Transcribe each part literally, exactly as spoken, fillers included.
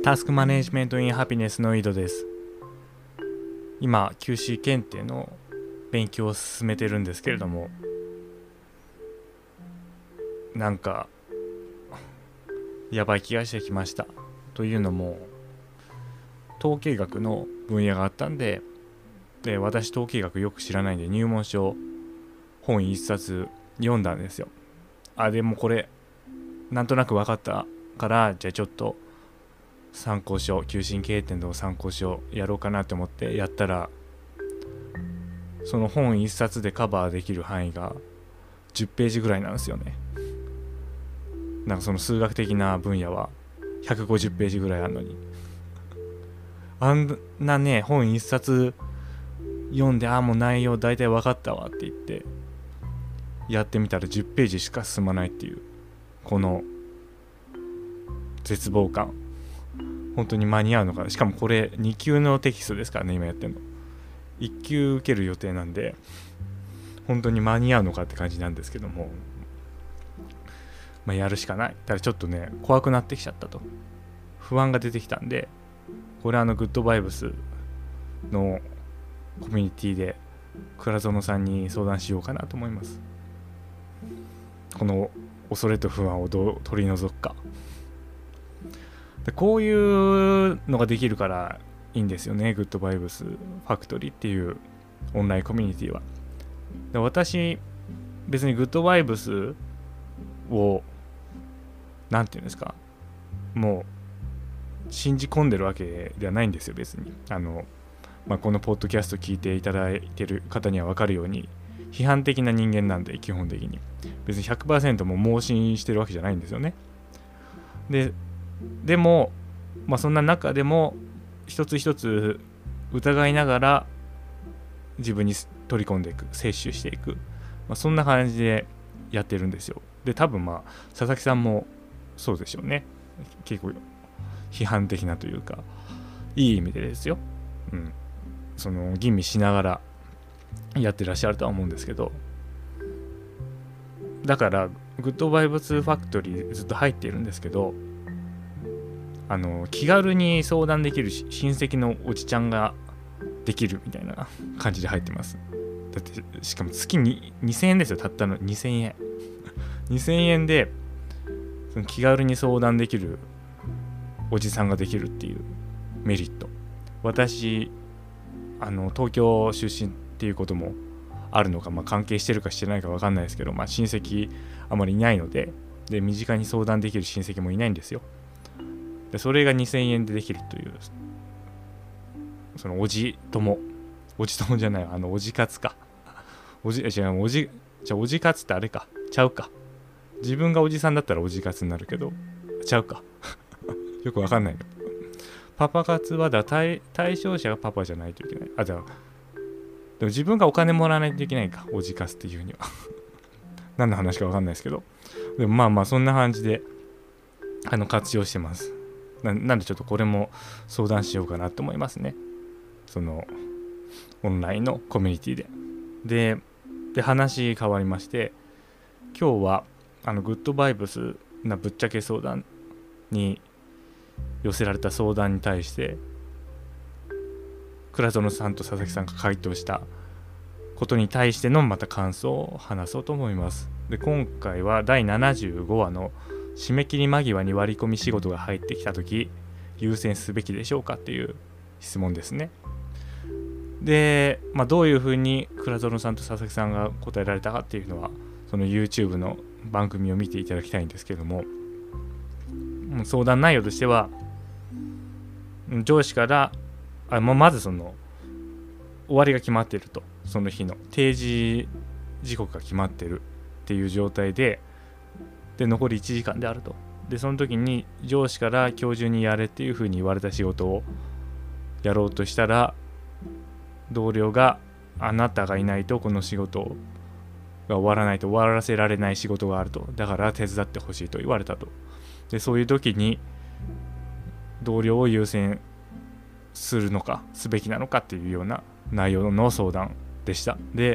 タスクマネジメントインハピネスの井戸です。今 キューシー 検定の勉強を進めてるんですけれども、なんかやばい気がしてきました。というのも統計学の分野があったんで、で私統計学よく知らないんで入門書本一冊読んだんですよ。あでもこれなんとなく分かったから、じゃあちょっと参考書、求心経典の参考書やろうかなと思ってやったら、その本一冊でカバーできる範囲がじゅっページぐらいなんですよね。なんかその数学的な分野はひゃくごじゅっページぐらいあるのに、あんなね本一冊読んで、あもう内容大体分かったわって言ってやってみたらじゅっページしか進まないっていう、この絶望感。本当に間に合うのかな。しかもこれに級のテキストですからね、今やってるの。いっ級受ける予定なんで本当に間に合うのかって感じなんですけども、まあやるしかない。ただちょっとね怖くなってきちゃったと、不安が出てきたんで、これあのグッドバイブスのコミュニティで倉園さんに相談しようかなと思います。この恐れと不安をどう取り除くか。でこういうのができるからいいんですよね、グッドバイブスファクトリーっていうオンラインコミュニティは。で私別にグッドバイブスをなんていうんですか、もう信じ込んでるわけではないんですよ別に。あの、まあ、このポッドキャスト聞いていただいてる方には分かるように批判的な人間なんで、基本的に別に ひゃくパーセント も盲信してるわけじゃないんですよね。ででも、まあ、そんな中でも一つ一つ疑いながら自分に取り込んでいく、摂取していく、まあ、そんな感じでやってるんですよ。で多分まあ佐々木さんもそうでしょうね。結構批判的なというか、いい意味でですよ、うん、その吟味しながらやってらっしゃるとは思うんですけど、だからグッドバイブスファクトリーずっと入っているんですけど、あの気軽に相談できる親戚のおじちゃんができるみたいな感じで入ってます。だってしかも月ににせんえんですよ、たったのにせんえんにせんえんでその気軽に相談できるおじさんができるっていうメリット。私あの東京出身っていうこともあるのか、まあ、関係してるかしてないか分かんないですけど、まあ、親戚あまりいないので、で身近に相談できる親戚もいないんですよ。でそれがにせんえんでできるという、そのおじともおじともじゃない、あのおじかつかおじ違うおじじゃおじかつってあれかちゃうか、自分がおじさんだったらおじかつになるけどちゃうかよくわかんないの。パパ活はだ 対, 対象者がパパじゃないといけない。あ、じゃあでも自分がお金もらわないといけないか、おじかつっていうには何の話かわかんないですけど、でもまあまあそんな感じであの活用してます。な, なんでちょっとこれも相談しようかなと思いますね、そのオンラインのコミュニティで。で, で話変わりまして、今日はあのグッドバイブスなぶっちゃけ相談に寄せられた相談に対して倉園さんと佐々木さんが回答したことに対してのまた感想を話そうと思います。で今回はだいななじゅうごわの締め切り間際に割り込み仕事が入ってきたとき優先すべきでしょうかっていう質問ですね。で、まあ、どういうふうに倉園さんと佐々木さんが答えられたかっていうのはその YouTube の番組を見ていただきたいんですけども、相談内容としては上司からあまずその終わりが決まっていると、その日の定時時刻が決まっているっていう状態でで残りいちじかんであると。でその時に上司から今日中にやれっていう風に言われた仕事をやろうとしたら、同僚があなたがいないとこの仕事が終わらないと、終わらせられない仕事があると、だから手伝ってほしいと言われたと。でそういう時に同僚を優先するのかすべきなのかっていうような内容の相談でした。で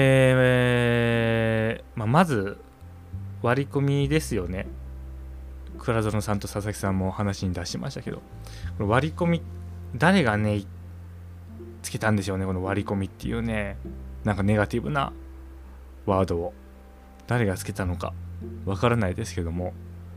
で、まあ、まず割り込みですよね。 倉園さんと佐々木さんも話に出しましたけど、この割り込み、誰がねつけたんでしょうね、この割り込みっていうね、なんかネガティブなワードを誰がつけたのかわからないですけども、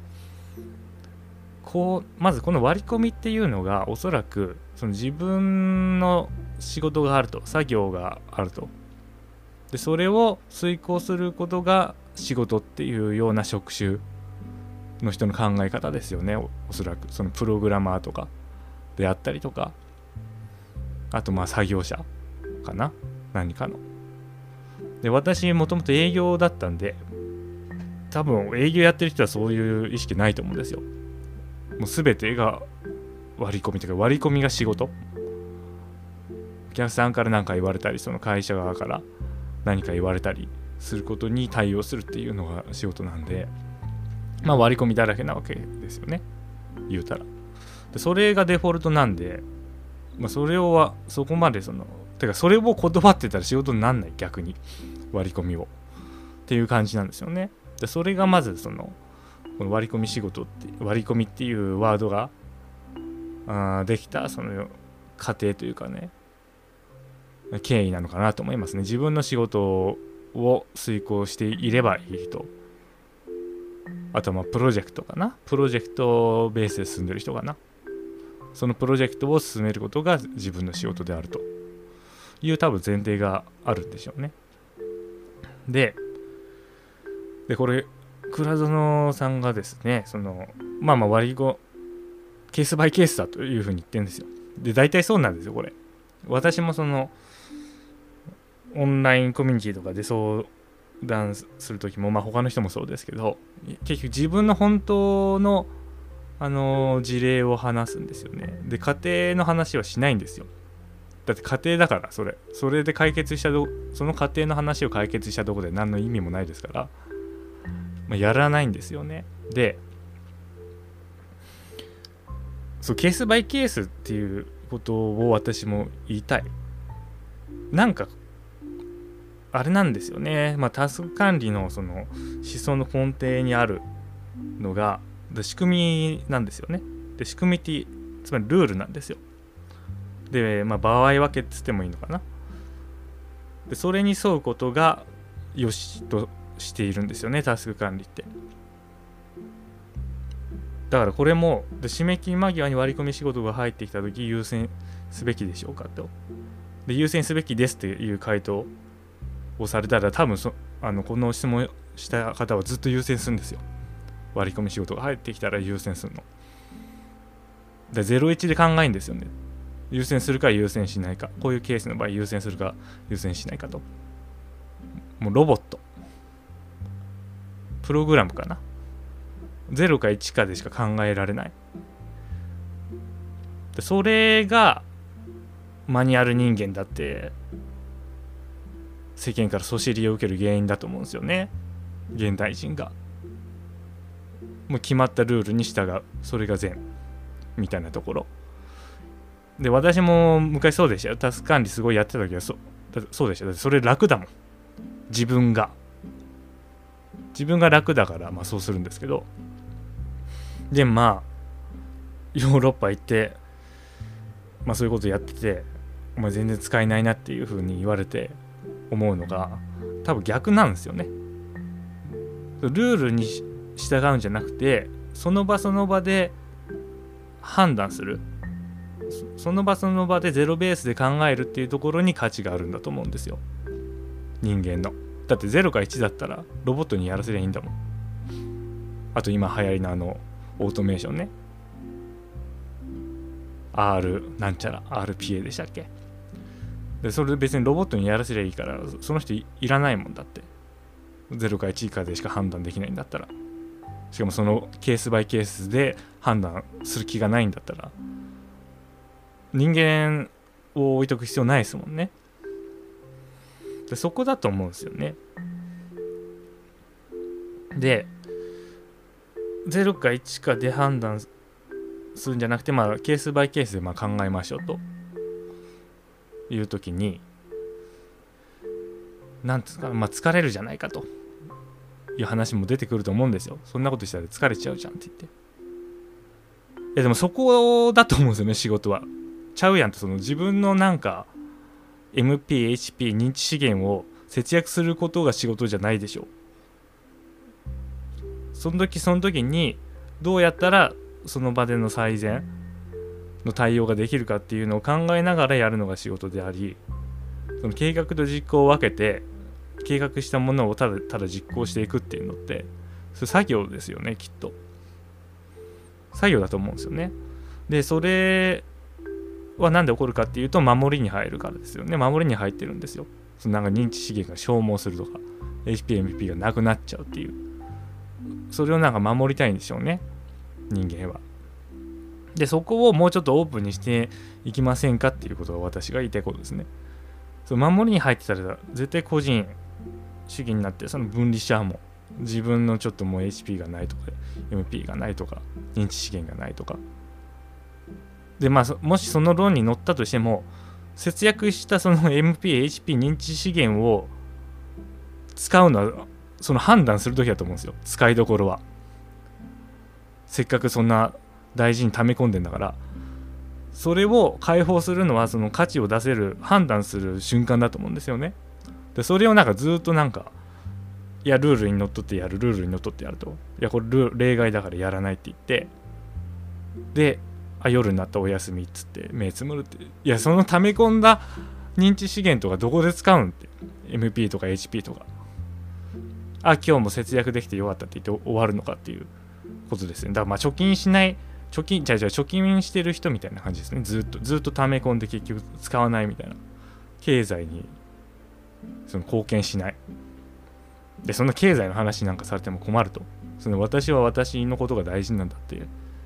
こうまずこの割り込みっていうのがおそらくその自分の仕事があると、作業があると、でそれを遂行することが仕事っていうような職種の人の考え方ですよね。 お, おそらくそのプログラマーとかであったりとか、あとまあ作業者かな、何かの。で私もともと営業だったんで、多分営業やってる人はそういう意識ないと思うんですよ。もう全てが割り込みというか、割り込みが仕事、お客さんから何か言われたり、その会社側から何か言われたりすることに対応するっていうのが仕事なんで、まあ割り込みだらけなわけですよね、言うたら。でそれがデフォルトなんで、まあ、それをはそこまでそのてかそれを断ってたら仕事になんない、逆に割り込みをっていう感じなんですよね。でそれがまずそのこの割り込み仕事って割り込みっていうワードがあできたその過程というかね、経緯なのかなと思いますね。自分の仕事を遂行していればいい人、あとはまあプロジェクトかな、プロジェクトベースで進んでる人かな、そのプロジェクトを進めることが自分の仕事であるという多分前提があるんでしょうね。で、でこれ倉園さんがですね、そのまあまあ割り込ケースバイケースだというふうに言ってるんですよ。で大体そうなんですよこれ。私もそのオンラインコミュニティとかで相談するときも、まあ他の人もそうですけど、結局自分の本当のあの事例を話すんですよね。で家庭の話はしないんですよ。だって家庭だからそれそれで解決したどその家庭の話を解決したところで何の意味もないですから、まあ、やらないんですよね。でそうケースバイケースっていうことを私も言いたい。なんかあれなんですよね。まあタスク管理のその思想の根底にあるのが仕組みなんですよね。で仕組みってつまりルールなんですよ。で、まあ、場合分けっつってもいいのかな。でそれに沿うことがよしとしているんですよね、タスク管理って。だからこれもで締め切り間際に割り込み仕事が入ってきたとき優先すべきでしょうかと。で優先すべきですという回答をされたら、多分そあのこの質問した方はずっと優先するんですよ。割り込み仕事が入ってきたら優先するの。でゼロイチで考えるんですよね。優先するか優先しないか、こういうケースの場合優先するか優先しないかと。もうロボットプログラムかな、ゼロかいちかでしか考えられない。でそれがマニュアル人間だって世間からそしりを受ける原因だと思うんですよね、現代人が。もう決まったルールに従う、それが善みたいなところで、私も昔そうでしたよ。タスク管理すごいやってた時はそそうでした。だってそれ楽だもん、自分が自分が楽だから、まあそうするんですけど、でまあヨーロッパ行ってまあそういうことやってて、お前全然使えないなっていう風に言われて思うのが多分逆なんですよね。ルールに従うんじゃなくて、その場その場で判断する、その場その場でゼロベースで考えるっていうところに価値があるんだと思うんですよ、人間の。だってゼロかいちだったらロボットにやらせりゃいいんだもん。あと今流行りのあのオートメーションね、 R なんちゃら アールピーエー でしたっけ。でそれで別にロボットにやらせりゃいいから、その人 い, いらないもんだって。ゼロかいちかでしか判断できないんだったら、しかもそのケースバイケースで判断する気がないんだったら、人間を置いとく必要ないですもんね。でそこだと思うんですよね。でゼロかいちかで判断するんじゃなくて、まあケースバイケースでまあ考えましょうというときに、なんつうか、まあ疲れるじゃないかという話も出てくると思うんですよ。そんなことしたら疲れちゃうじゃんって言って。 やでもそこだと思うんですよね、仕事は。ちゃうやんって、その自分のなんか エムピー、エイチピー 認知資源を節約することが仕事じゃないでしょ。その時その時にどうやったらその場での最善の対応ができるかっていうのを考えながらやるのが仕事であり、その計画と実行を分けて計画したものをただただ実行していくっていうのってそれ作業ですよね、きっと作業だと思うんですよね。でそれは何で起こるかっていうと、守りに入るからですよね。守りに入ってるんですよ。そのなんか認知資源が消耗するとか エイチピー、エムピー がなくなっちゃうっていう、それをなんか守りたいんでしょうね、人間は。でそこをもうちょっとオープンにしていきませんかっていうことが私が言いたいことですね。その守りに入ってたら絶対個人主義になって、その分離しちゃうもん。自分のちょっともう エイチピー がないとか エムピー がないとか認知資源がないとかで、まあもしその論に乗ったとしても、節約したその エムピー、エイチピー 認知資源を使うのはその判断するときだと思うんですよ、使いどころは。せっかくそんな大事に溜め込んでんだから、それを解放するのはその価値を出せる判断する瞬間だと思うんですよね。でそれをなんかずっとなんか、いやルールにのっとってやる、ルールにのっとってやると、いやこれ例外だからやらないって言って、であ夜になったお休みっつって目つむるって、いやその溜め込んだ認知資源とかどこで使うんって、 エムピー とか エイチピー とか、あ今日も節約できてよかったって言って終わるのかっていうことですね。だからまあ貯金しない貯金じゃあじゃあ貯金してる人みたいな感じですね。ずっとずっと溜め込んで結局使わないみたいな、経済にその貢献しないで、そんな経済の話なんかされても困ると、その私は私のことが大事なんだって、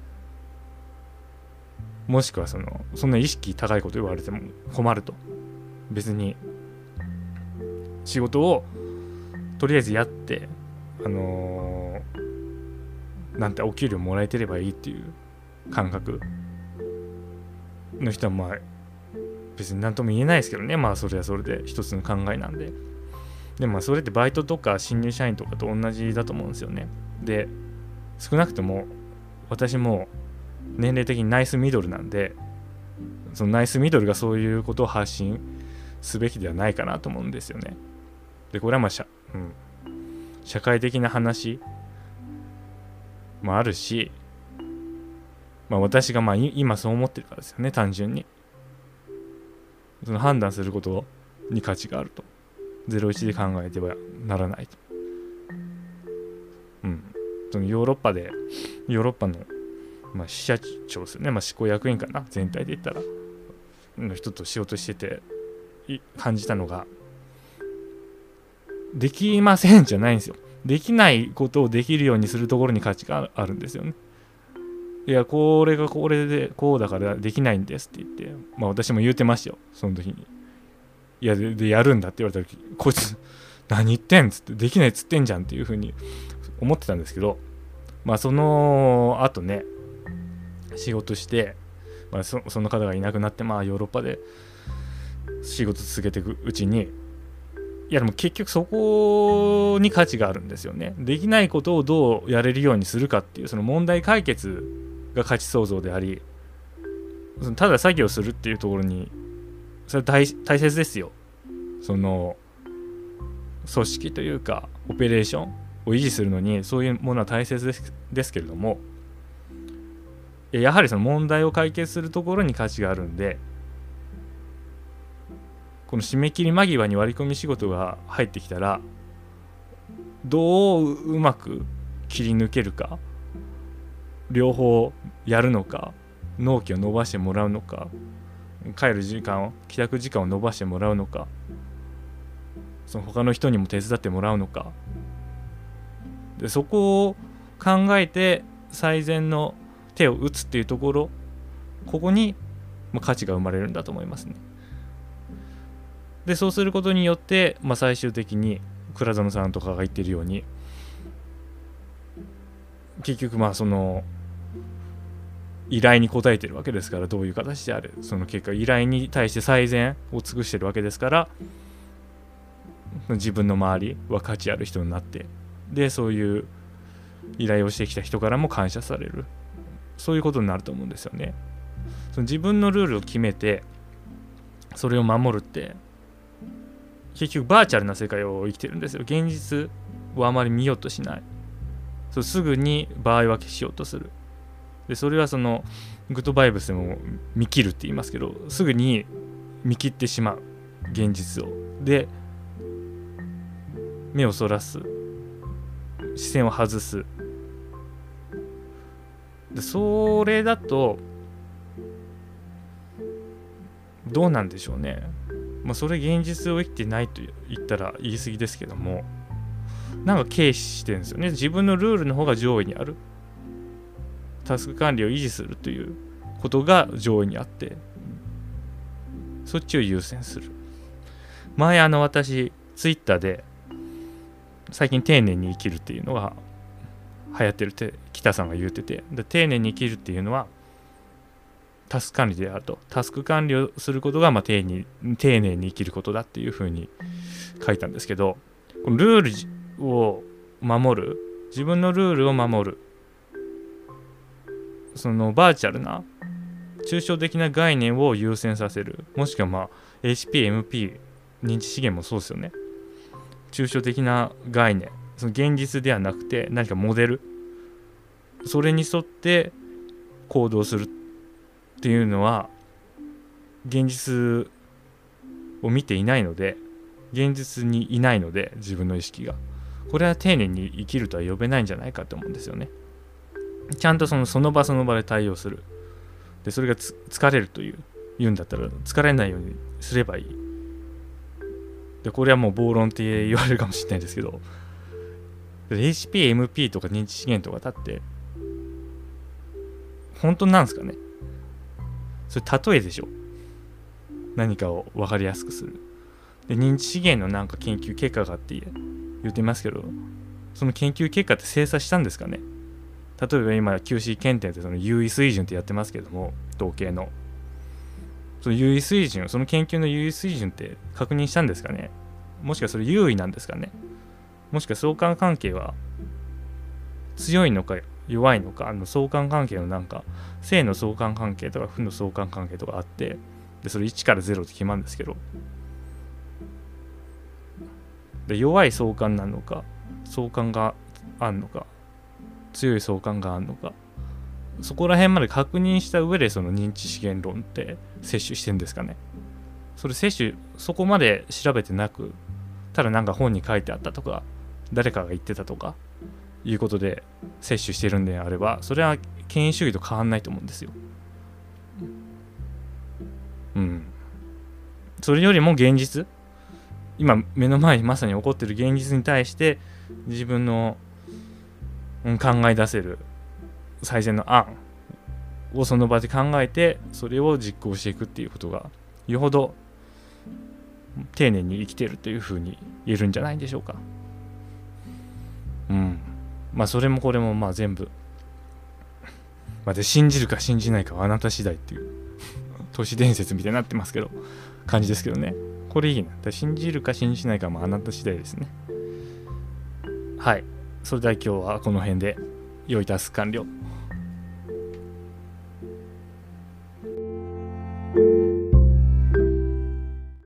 もしくはそのそんな意識高いこと言われても困ると、別に仕事をとりあえずやってあのー、なんてお給料もらえてればいいっていう感覚の人はまあ別に何とも言えないですけどね。まあそれはそれで一つの考えなんで。でもまあそれってバイトとか新入社員とかと同じだと思うんですよね。で少なくとも私も年齢的にナイスミドルなんで、そのナイスミドルがそういうことを発信すべきではないかなと思うんですよね。でこれはまあ社、うん、社会的な話もあるし、まあ私がまあ今そう思ってるからですよね、単純に。その判断することに価値があると、ゼロイチで考えてはならないと。うん。そのヨーロッパで、ヨーロッパの、まあ、支社長ですよね、まあ、執行役員かな、全体で言ったら、の人と仕事してて感じたのが、できませんじゃないんですよ。できないことをできるようにするところに価値があるんですよね。いや、これがこれでこうだからできないんですって言って、まあ私も言うてましたよ、その時に。いや、で、でやるんだって言われた時、こいつ何言ってんっつって、できないっつってんじゃんっていう風に思ってたんですけど、まあその後ね、仕事して、まあ、そ, その方がいなくなって、まあヨーロッパで仕事続けていくうちに、いやでも結局そこに価値があるんですよね。できないことをどうやれるようにするかっていうその問題解決が価値創造であり、そのただ作業するっていうところにそれは 大, 大切ですよ。その組織というかオペレーションを維持するのにそういうものは大切です、ですけれども、やはりその問題を解決するところに価値があるんで、この締め切り間際に割り込み仕事が入ってきたらどううまく切り抜けるか、両方やるのか、納期を伸ばしてもらうのか、帰る時間を帰宅時間を伸ばしてもらうのか、その他の人にも手伝ってもらうのかで、そこを考えて最善の手を打つっていうところ、ここに価値が生まれるんだと思いますね。でそうすることによって、まあ、最終的に倉園さんとかが言ってるように、結局まあその依頼に応えてるわけですから、どういう形であれその結果依頼に対して最善を尽くしてるわけですから、自分の周りは価値ある人になって、でそういう依頼をしてきた人からも感謝される。 そういうことになると思うんですよね。その自分のルールを決めてそれを守るって結局バーチャルな世界を生きてるんですよ。現実をあまり見ようとしない。そうすぐに場合分けしようとする。でそれはそのグッドバイブスでも見切るって言いますけど、すぐに見切ってしまう現実を。で目をそらす、視線を外す。でそれだとどうなんでしょうね。まあそれ現実を生きてないと言ったら言い過ぎですけども、なんか軽視してるんですよね。自分のルールの方が上位にある。タスク管理を維持するということが上位にあって、そっちを優先する。前あの私ツイッターで最近丁寧に生きるっていうのが流行ってるって北さんが言ってて、で丁寧に生きるっていうのはタスク管理であると。タスク管理をすることがまあ丁寧に丁寧に生きることだっていうふうに書いたんですけど、このルールを守る、自分のルールを守る、そのバーチャルな抽象的な概念を優先させる、もしくはまあ エイチピー、エムピー、認知資源もそうですよね。抽象的な概念、その現実ではなくて何かモデル、それに沿って行動するっていうのは現実を見ていないので、現実にいないので、自分の意識がこれは丁寧に生きるとは呼べないんじゃないかと思うんですよね。ちゃんとそのその場その場で対応する。でそれがつ疲れるという言うんだったら疲れないようにすればいい。でこれはもう暴論って言われるかもしれないですけど、エイチピー、エムピー とか認知資源とかだって本当なんですかね。それ例えでしょ。何かを分かりやすくする。で認知資源のなんか研究結果があって言ってますけど、その研究結果って精査したんですかね。例えば今 キューシー 検定ってその優位水準ってやってますけども、統計のその優位水準、その研究の優位水準って確認したんですかね。もしくはそれ優位なんですかね。もしくは相関関係は強いのか弱いのか、あの相関関係のなんか正の相関関係とか負の相関関係とかあって、でそれいちからゼロって決まるんですけど、で弱い相関なのか相関があるのか強い相関があるのか、そこら辺まで確認した上でその認知資源論って摂取してるんですかね。それ摂取そこまで調べてなく、ただなんか本に書いてあったとか誰かが言ってたとかいうことで摂取してるんであれば、それは権威主義と変わんないと思うんですよ。うん。それよりも現実、今目の前にまさに起こってる現実に対して自分の考え出せる最善の案をその場で考えてそれを実行していくっていうことがよほど丁寧に生きてるというふうに言えるんじゃないでしょうか。うん。まあそれもこれもまあ全部、まあ、で信じるか信じないかはあなた次第っていう都市伝説みたいになってますけど感じですけどね。これいいな。だ信じるか信じないかはあなた次第ですね。はい。それでは今日はこの辺で良いタスク完了。